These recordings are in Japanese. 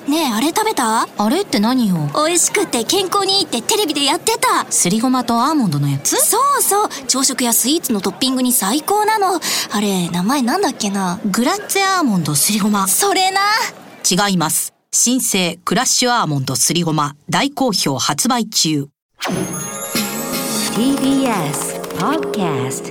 ねえ、あれ食べた？ あれって何よ？ 美味しくて健康にいいってテレビでやってた。 すりごまとアーモンドのやつ？ そうそう、朝食やスイーツのトッピングに最高なの。あれ、名前なんだっけな。 グラッツェアーモンドすりごま。 それな。 違います。新生クラッシュアーモンドすりごま、大好評発売中。 TBS Podcast。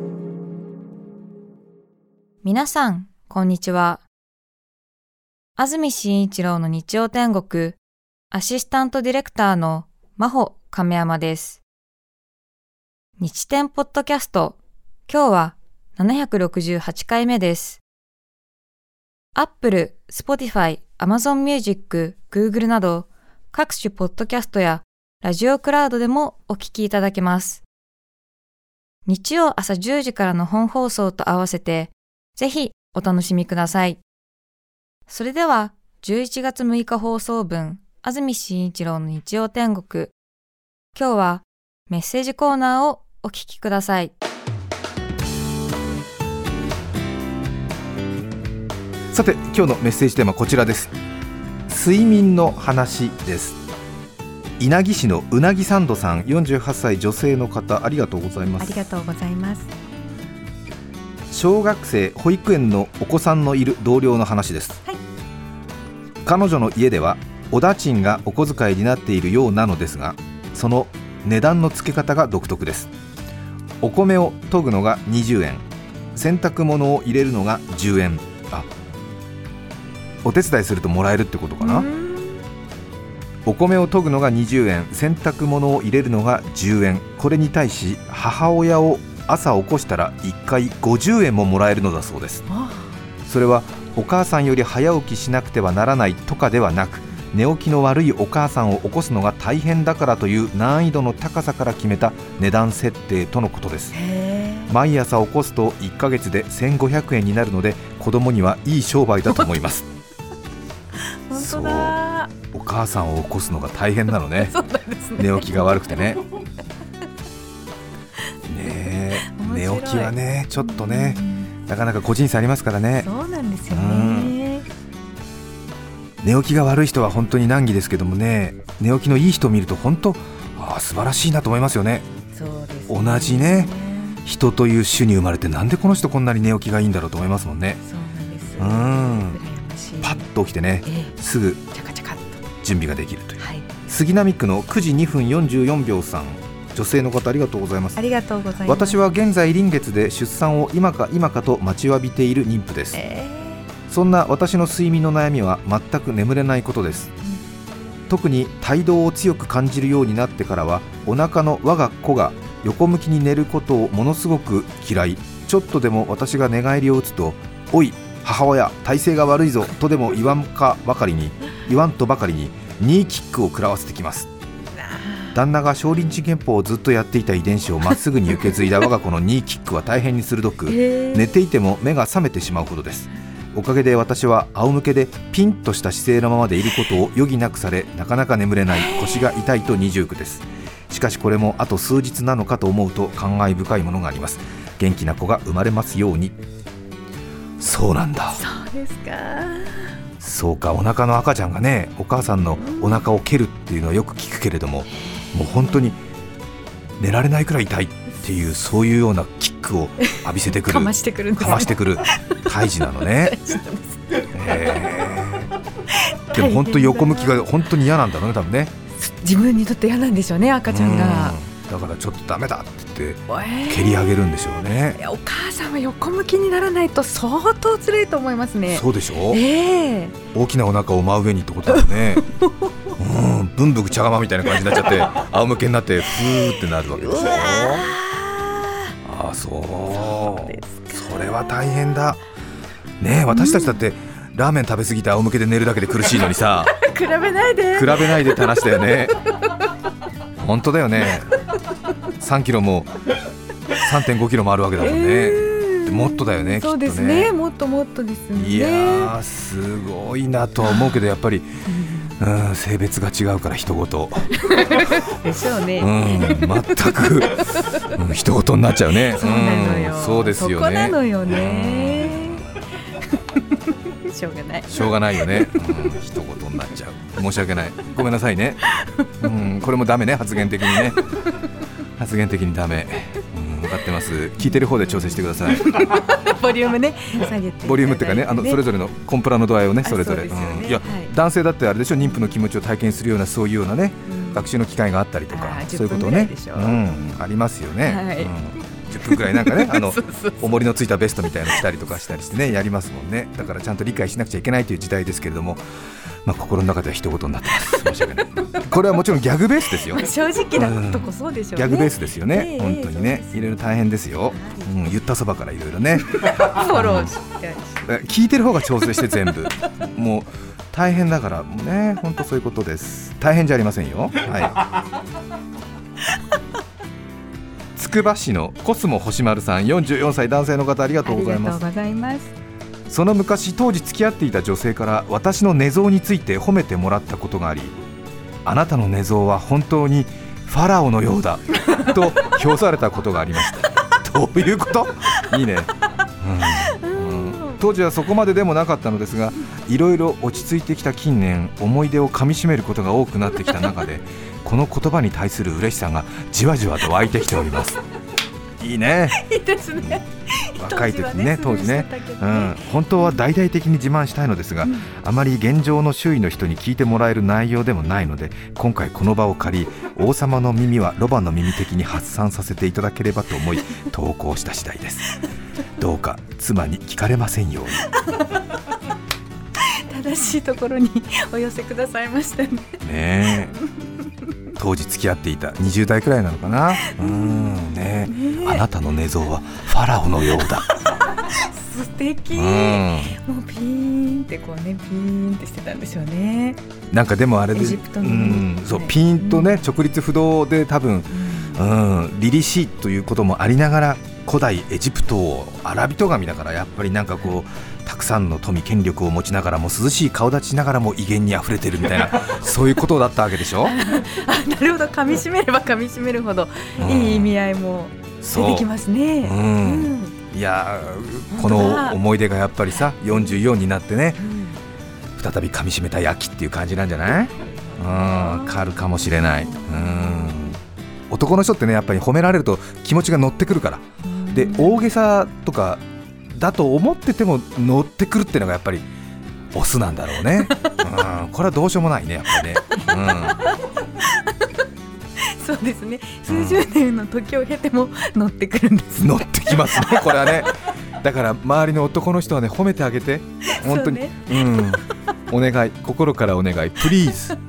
皆さんこんにちは。安住紳一郎の日曜天国、アシスタントディレクターの真帆亀山です。日天ポッドキャスト、今日は768回目です。Apple、Spotify、Amazon Music、Google など各種ポッドキャストやラジオクラウドでもお聞きいただけます。日曜朝10時からの本放送と合わせてぜひお楽しみください。それでは11月6日放送分、安住紳一郎の日曜天国。今日はメッセージコーナーをお聞きください。 さて、今日のメッセージテーマはこちらです。睡眠の話です。稲城市のうなぎサンドさん、48歳女性の方、ありがとうございます。 ありがとうございます。 小学生保育園のお子さんのいる同僚の話です、はい、彼女の家ではおだちんがお小遣いになっているようなのですが、その値段の付け方が独特です。お米を研ぐのが20円、洗濯物を入れるのが10円。お手伝いするともらえるってことかな。お米を研ぐのが20円、洗濯物を入れるのが10円。これに対し母親を朝起こしたら1回50円ももらえるのだそうです。それはお母さんより早起きしなくてはならないとかではなく、寝起きの悪いお母さんを起こすのが大変だからという難易度の高さから決めた値段設定とのことです。毎朝起こすと1ヶ月で1500円になるので、子供にはいい商売だと思います。 本当だ。 お母さんを起こすのが大変なのね。 そうなんですね。 寝起きが悪くてね。寝起きはね、ちょっとね、なかなか個人差ありますからね。 そうなんですよね。 寝起きが悪い人は本当に難儀ですけどもね、寝起きのいい人を見ると本当素晴らしいなと思いますよね。 そうですね。 同じね、人という種に生まれてなんでこの人こんなに寝起きがいいんだろうと思いますもんね。 そうなんです。羨ましい。 パッと起きてね、すぐチャカチャカっと準備ができるという、 はい、 杉並区の9時2分44秒さん、女性の方、ありがとうございます。 ありがとうございます。 私は現在臨月で出産を今か今かと待ちわびている妊婦です、そんな私の睡眠の悩みは全く眠れないことです、特に胎動を強く感じるようになってからは、お腹の我が子が横向きに寝ることをものすごく嫌い。ちょっとでも私が寝返りを打つと、おい母親、体勢が悪いぞとでも言わんとばかりにニーキックを食らわせてきます。旦那が少林寺拳法をずっとやっていた遺伝子をまっすぐに受け継いだ我が子のニーキックは大変に鋭く、寝ていても目が覚めてしまうほどです。おかげで私は仰向けでピンとした姿勢のままでいることを余儀なくされ、なかなか眠れない、腰が痛いと二重苦です。しかしこれもあと数日なのかと思うと感慨深いものがあります。元気な子が生まれますように。そうなんだ。 そうですか。 そうか、お腹の赤ちゃんがね、お母さんのお腹を蹴るっていうのはよく聞くけれども、もう本当に寝られないくらい痛いっていう、そういうようなキックを浴びせてくるかましてくるんですね。 かましてくる胎児なのね。でも本当に横向きが本当に嫌なんだろうね、多分ね。 自分にとって嫌なんでしょうね、赤ちゃんが。 だからちょっとダメだって言って蹴り上げるんでしょうね。 お母さんは横向きにならないと相当辛いと思いますね。 そうでしょ、大きなお腹を真上にってことだよね。文福茶釜みたいな感じになっちゃって仰向けになってふーってなるわけでしょ。そうですか。それは大変だね。私たちだってラーメン食べ過ぎて仰向けで寝るだけで苦しいのにさ比べないでって話だよね。本当だよね。3キロも 3.5 キロもあるわけだもんね。もっとだよね。 そうですね、もっともっとですね。 いやすごいなとは思うけど、やっぱり性別が違うから人事でしょうね。 全く人事になっちゃうね。 そうなのよ。 そうですよね。 そこなのよね。 しょうがないしょうがないよね、一言になっちゃう。申し訳ない、ごめんなさいね、これもダメね、発言的にね発言的にダメ、分かってます。聞いてる方で調整してくださいボリュームね下げて、 ボリュームっていうかね、それぞれのコンプラの度合いをね、それぞれ、いや、 はい、 男性だってあれでしょ、妊婦の気持ちを体験するようなそういうようなね、学習の機会があったりとか、そういうことをね、ありますよね、 はい、 10分くらいなんかねそう重りのついたベストみたいなの着たりとかしたりしてね、やりますもんね。だからちゃんと理解しなくちゃいけないという時代ですけれども、心の中では一言になってます。申し訳ない。これはもちろんギャグベースですよ。 正直なとこそうでしょうね。 ギャグベースですよね、本当にね、いろいろ大変ですよ、言ったそばからいろいろねフォローして聞いてる方が調整して全部もう大変だからね、本当そういうことです。大変じゃありませんよ。はい。つくば市のコスモ星丸さん、44歳男性の方、ありがとうございます。 ありがとうございます。 その昔、当時付き合っていた女性から私の寝相について褒めてもらったことがあり、あなたの寝相は本当にファラオのようだと評されたことがありましたどういうこと？いいね、当時はそこまででもなかったのですが、いろいろ落ち着いてきた近年、思い出をかみしめることが多くなってきた中でこの言葉に対する嬉しさがじわじわと湧いてきております。いいね、 いいですね。 若い時にね、当時ね、本当は大々的に自慢したいのですが、あまり現状の周囲の人に聞いてもらえる内容でもないので、今回この場を借り、王様の耳はロバの耳的に発散させていただければと思い投稿した次第です。どうか妻に聞かれませんように。 正しいところにお寄せくださいましたね。 ね当時付き合っていた20代くらいなのかな。ね、あなたの寝相はファラオのようだ素敵、もうピーンってこうね、ピーンってしてたんでしょうね。 なんかでもあれで、そうピーンとね、直立不動で多分、凛々しいということもありながら、古代エジプト王、アラビト神だから、やっぱりなんかこうたくさんの富権力を持ちながらも、涼しい顔立ちしながらも威厳にあふれてるみたいなそういうことだったわけでしょなるほど、噛みしめれば噛みしめるほど、いい意味合いも出てきますね。 いや、この思い出がやっぱりさ、44になってね、再び噛みしめたい秋っていう感じなんじゃない？変わるかもしれない。男の人ってね、やっぱり褒められると気持ちが乗ってくるから、で大げさとかだと思ってても乗ってくるっていうのがやっぱりオスなんだろうね。これはどうしようもないね、やっぱりね。 そうですね、数十年の時を経ても乗ってくるんです、ね、 乗ってきますね、これはね。だから周りの男の人はね、褒めてあげて、本当に、お願い、心からお願い、プリーズ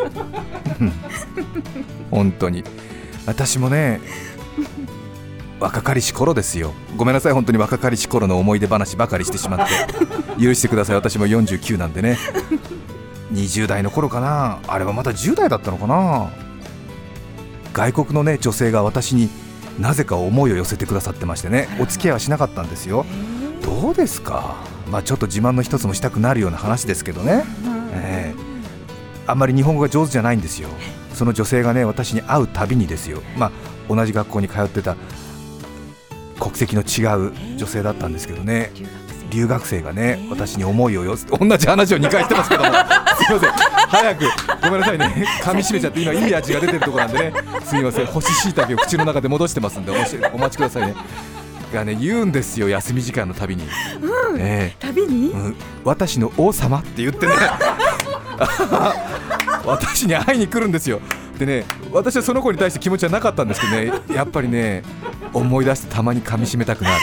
本当に。私もね、若かりし頃ですよ。ごめんなさい、本当に若かりし頃の思い出話ばかりしてしまって許してください。私も49なんでね。20代の頃かな、あれはまだ10代だったのかな。外国のね、女性が私になぜか思いを寄せてくださってましてね、お付き合いはしなかったんですよ。どうですか、ちょっと自慢の一つもしたくなるような話ですけどね、あんまり日本語が上手じゃないんですよ。その女性がね、私に会うたびにですよ、同じ学校に通ってた国籍の違う女性だったんですけどね、留学生がね、私に思いを寄せて、同じ話を2回してますけどもすいません、早くごめんなさいね、噛み締めちゃって、今いい味が出てるところなんでね、すみません、干し椎茸を口の中で戻してますんで、お待ちくださいね。がね、言うんですよ、休み時間のたびに、 旅に、 私の王様って言ってね私に会いに来るんですよ。でね、私はその子に対して気持ちはなかったんですけどね、やっぱりね、思い出してたまに噛み締めたくなる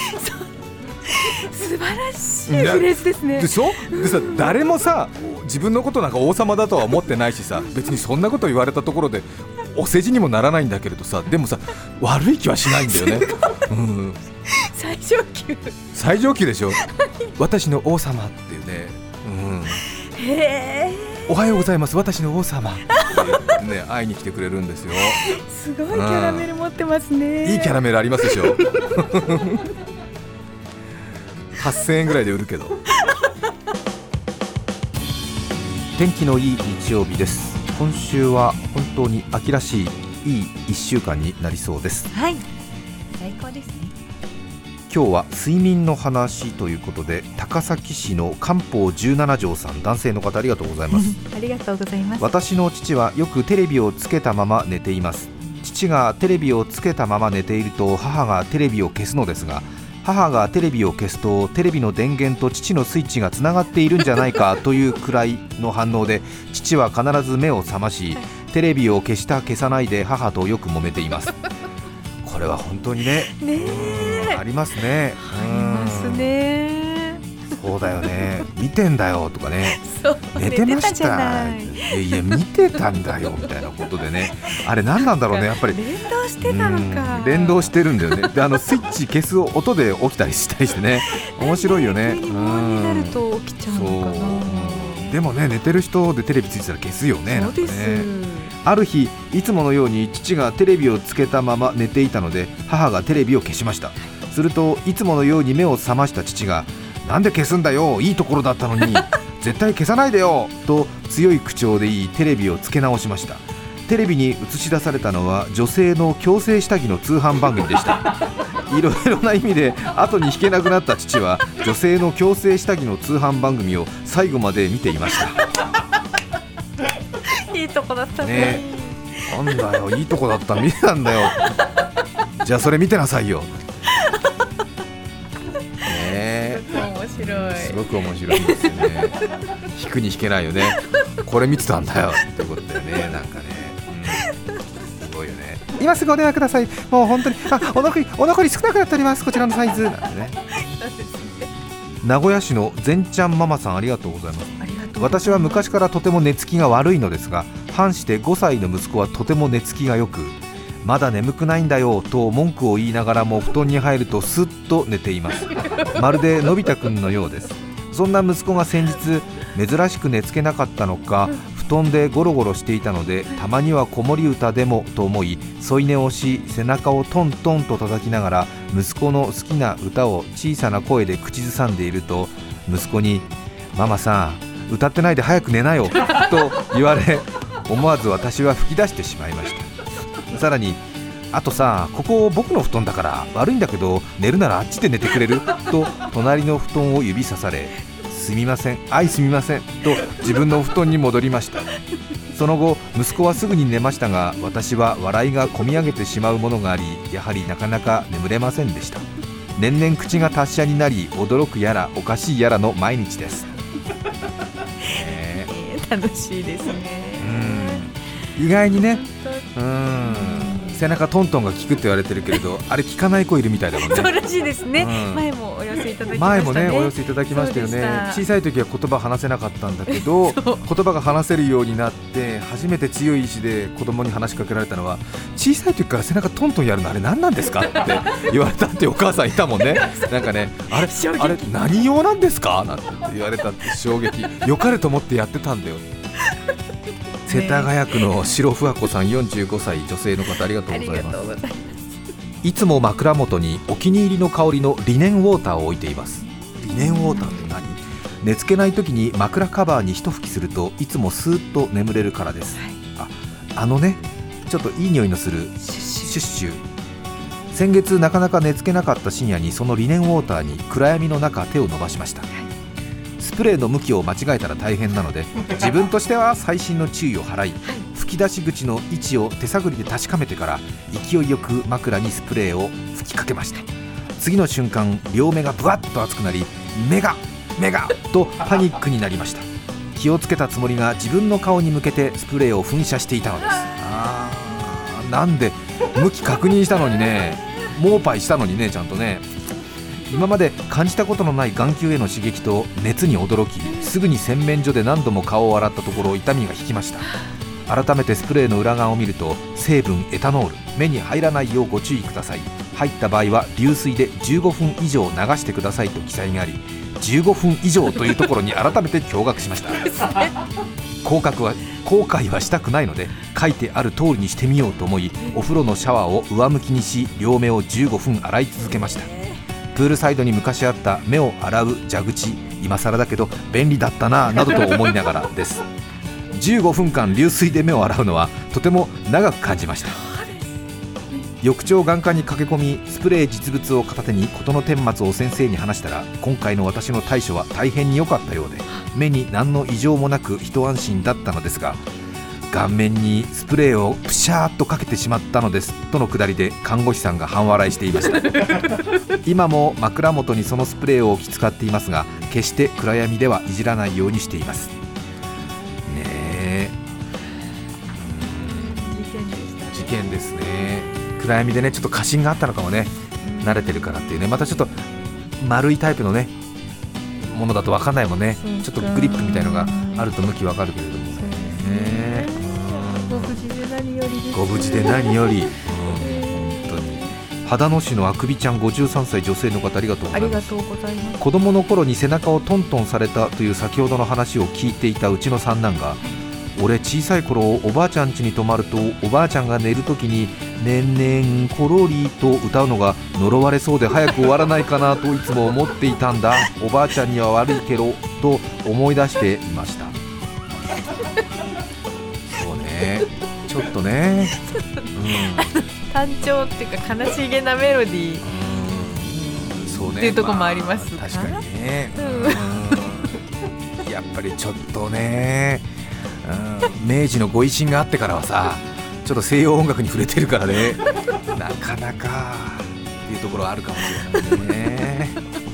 素晴らしいフレーズですね。 でしょ？でさ、誰もさ、自分のことなんか王様だとは思ってないしさ、別にそんなこと言われたところでお世辞にもならないんだけれどさ、でもさ、悪い気はしないんだよね。 最上級、 最上級でしょ私の王様っていうね、 へー、 おはようございます、私の王様って言ってね、会いに来てくれるんですよ。 すごいキャラメル持ってますね。 いいキャラメルありますでしょ8000円ぐらいで売るけど天気のいい日曜日です。今週は本当に秋らしいいい1週間になりそうです。 はい、最高ですね。 今日は睡眠の話ということで、高崎市の漢方17条さん、男性の方、ありがとうございますありがとうございます。 私の父はよくテレビをつけたまま寝ています。父がテレビをつけたまま寝ていると母がテレビを消すのですが、母がテレビを消すとテレビの電源と父のスイッチがつながっているんじゃないかというくらいの反応で、父は必ず目を覚まし、テレビを消した消さないで母とよく揉めています。これは本当にね、ありますね。 ありますね。 そうだよね、見てんだよとかね、寝てました、いや見てたんだよみたいなことでね、あれ何なんだろうね、やっぱり連動してたのか。 連動してるんだよね。でスイッチ消す音で起きたりしたりしてね、面白いよね。 急に無音になると起きちゃうのかな。 でもね、寝てる人でテレビついてたら消すよね。 そうです。 ある日、いつものように父がテレビをつけたまま寝ていたので、母がテレビを消しました。するといつものように目を覚ました父が、なんで消すんだよ、いいところだったのに絶対消さないでよと強い口調で言い、テレビをつけ直しました。テレビに映し出されたのは女性の矯正下着の通販番組でした。いろいろな意味で後に引けなくなった父は、女性の矯正下着の通販番組を最後まで見ていました。 いいとこだったね。なんだよ、いいとこだった、見てたんだよ。じゃあそれ見てなさいよ。すごく面白いですよね。引くに引けないよね。これ見てたんだよってことだよね。なんかね、すごいよね。今すぐお電話ください。もう本当にお残り少なくなっております。こちらのサイズなんてね。名古屋市の善ちゃんママさん、ありがとうございます。私は昔からとても寝つきが悪いのですが、反して5歳の息子はとても寝つきがよく、まだ眠くないんだよと文句を言いながらも布団に入るとスッと寝ています。まるでのび太くんのようです。そんな息子が先日珍しく寝つけなかったのか、布団でゴロゴロしていたので、たまには子守歌でもと思い添い寝をし、背中をトントンと叩きながら息子の好きな歌を小さな声で口ずさんでいると、息子にママさん歌ってないで早く寝なよと言われ、思わず私は吹き出してしまいました。さらに、あとさ、ここ僕の布団だから悪いんだけど寝るならあっちで寝てくれると隣の布団を指さされ、すみません、すみませんと自分の布団に戻りました。その後息子はすぐに寝ましたが、私は笑いがこみ上げてしまうものがあり、やはりなかなか眠れませんでした。年々口が達者になり、驚くやらおかしいやらの毎日です。 楽しいですね。 意外にね、背中トントンが効くって言われてるけれど、あれ効かない子いるみたいだもんね。 そうらしいですね。前もお寄せいただきましたね。 前もね、お寄せいただきましたよね。小さい時は言葉話せなかったんだけど、言葉が話せるようになって初めて強い意志で子供に話しかけられたのは、小さい時から背中トントンやるのあれ何なんですかって言われたってお母さんいたもんね。なんかね、あれ何用なんですかなんて言われたって衝撃。良かれと思ってやってたんだよ。世田谷区の白ふわ子さん、45歳女性の方、ありがとうございます。いつも枕元にお気に入りの香りのリネンウォーターを置いています。リネンウォーターって何？寝つけない時に枕カバーに一吹きするといつもスーッと眠れるからです。あのね、ちょっといい匂いのするシュッシュ。先月なかなか寝つけなかった深夜に、そのリネンウォーターに暗闇の中手を伸ばしました。スプレーの向きを間違えたら大変なので、自分としては細心の注意を払い、吹き出し口の位置を手探りで確かめてから勢いよく枕にスプレーを吹きかけました。次の瞬間、両目がブワッと熱くなり、目がとパニックになりました。気をつけたつもりが自分の顔に向けてスプレーを噴射していたのです。なんで向き確認したのにね、モーパイしたのにね、ちゃんとね。今まで感じたことのない眼球への刺激と熱に驚き、すぐに洗面所で何度も顔を洗ったところ痛みが引きました。改めてスプレーの裏側を見ると、成分エタノール、目に入らないようご注意ください。入った場合は流水で15分以上流してくださいと記載があり、15分以上というところに改めて驚愕しました。後悔はしたくないので書いてある通りにしてみようと思い、お風呂のシャワーを上向きにし、両目を15分洗い続けました。プールサイドに昔あった目を洗う蛇口、今更だけど便利だったななどと思いながらです。15分間流水で目を洗うのはとても長く感じました。 翌朝眼科に駆け込み、スプレー実物を片手に事の顛末を先生に話したら、今回の私の対処は大変に良かったようで、目に何の異常もなく一安心だったのですが、顔面にスプレーをプシャーっとかけてしまったのですとのくだりで看護師さんが半笑いしていました今も枕元にそのスプレーを置き使っていますが、決して暗闇ではいじらないようにしていますね。え事件ですね。暗闇でね、ちょっと過信があったのかもね、慣れてるからっていうね。またちょっと丸いタイプのねものだと分かんないもんね。ちょっとグリップみたいのがあると向き分かるけれどもね。 ご無事で何よりです。 ご無事で何より、本当に。秦野市のあくびちゃん53歳女性の方、ありがとうございます。 ありがとうございます。 子供の頃に背中をトントンされたという先ほどの話を聞いていたうちの三男が、俺小さい頃おばあちゃん家に泊まると、おばあちゃんが寝るときにねんねんころりと歌うのが呪われそうで早く終わらないかなといつも思っていたんだ。おばあちゃんには悪いけどと思い出していましたそうね、ちょっとね、 単調っていうか悲しげなメロディー、 そうね、 っていうところもありますか、 確かにね、やっぱりちょっとね、明治のご維新があってからはさ、ちょっと西洋音楽に触れてるからねなかなかっていうところはあるかもしれないね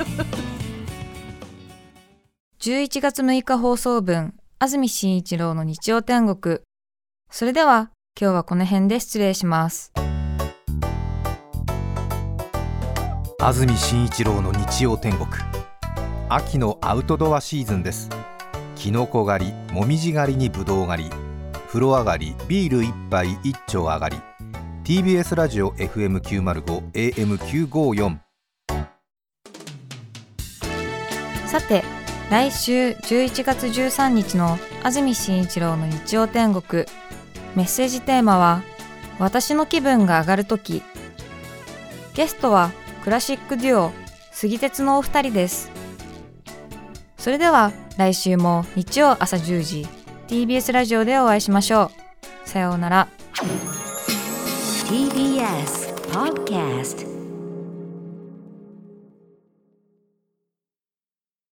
11月6日放送分、安住紳一郎の日曜天国。それでは今日はこの辺で失礼します。 安住紳一郎の日曜天国。秋のアウトドアシーズンです。キノコ狩り、もみじ狩りにぶどう狩り、風呂上がり、ビール一杯一丁上がり。 TBS ラジオ FM905 AM954。 さて、来週11月13日の安住紳一郎の日曜天国、メッセージテーマは私の気分が上がるとき。ゲストはクラシックデュオ杉鉄のお二人です。それでは来週も日曜朝10時 TBS ラジオでお会いしましょう。さようなら。 TBS Podcast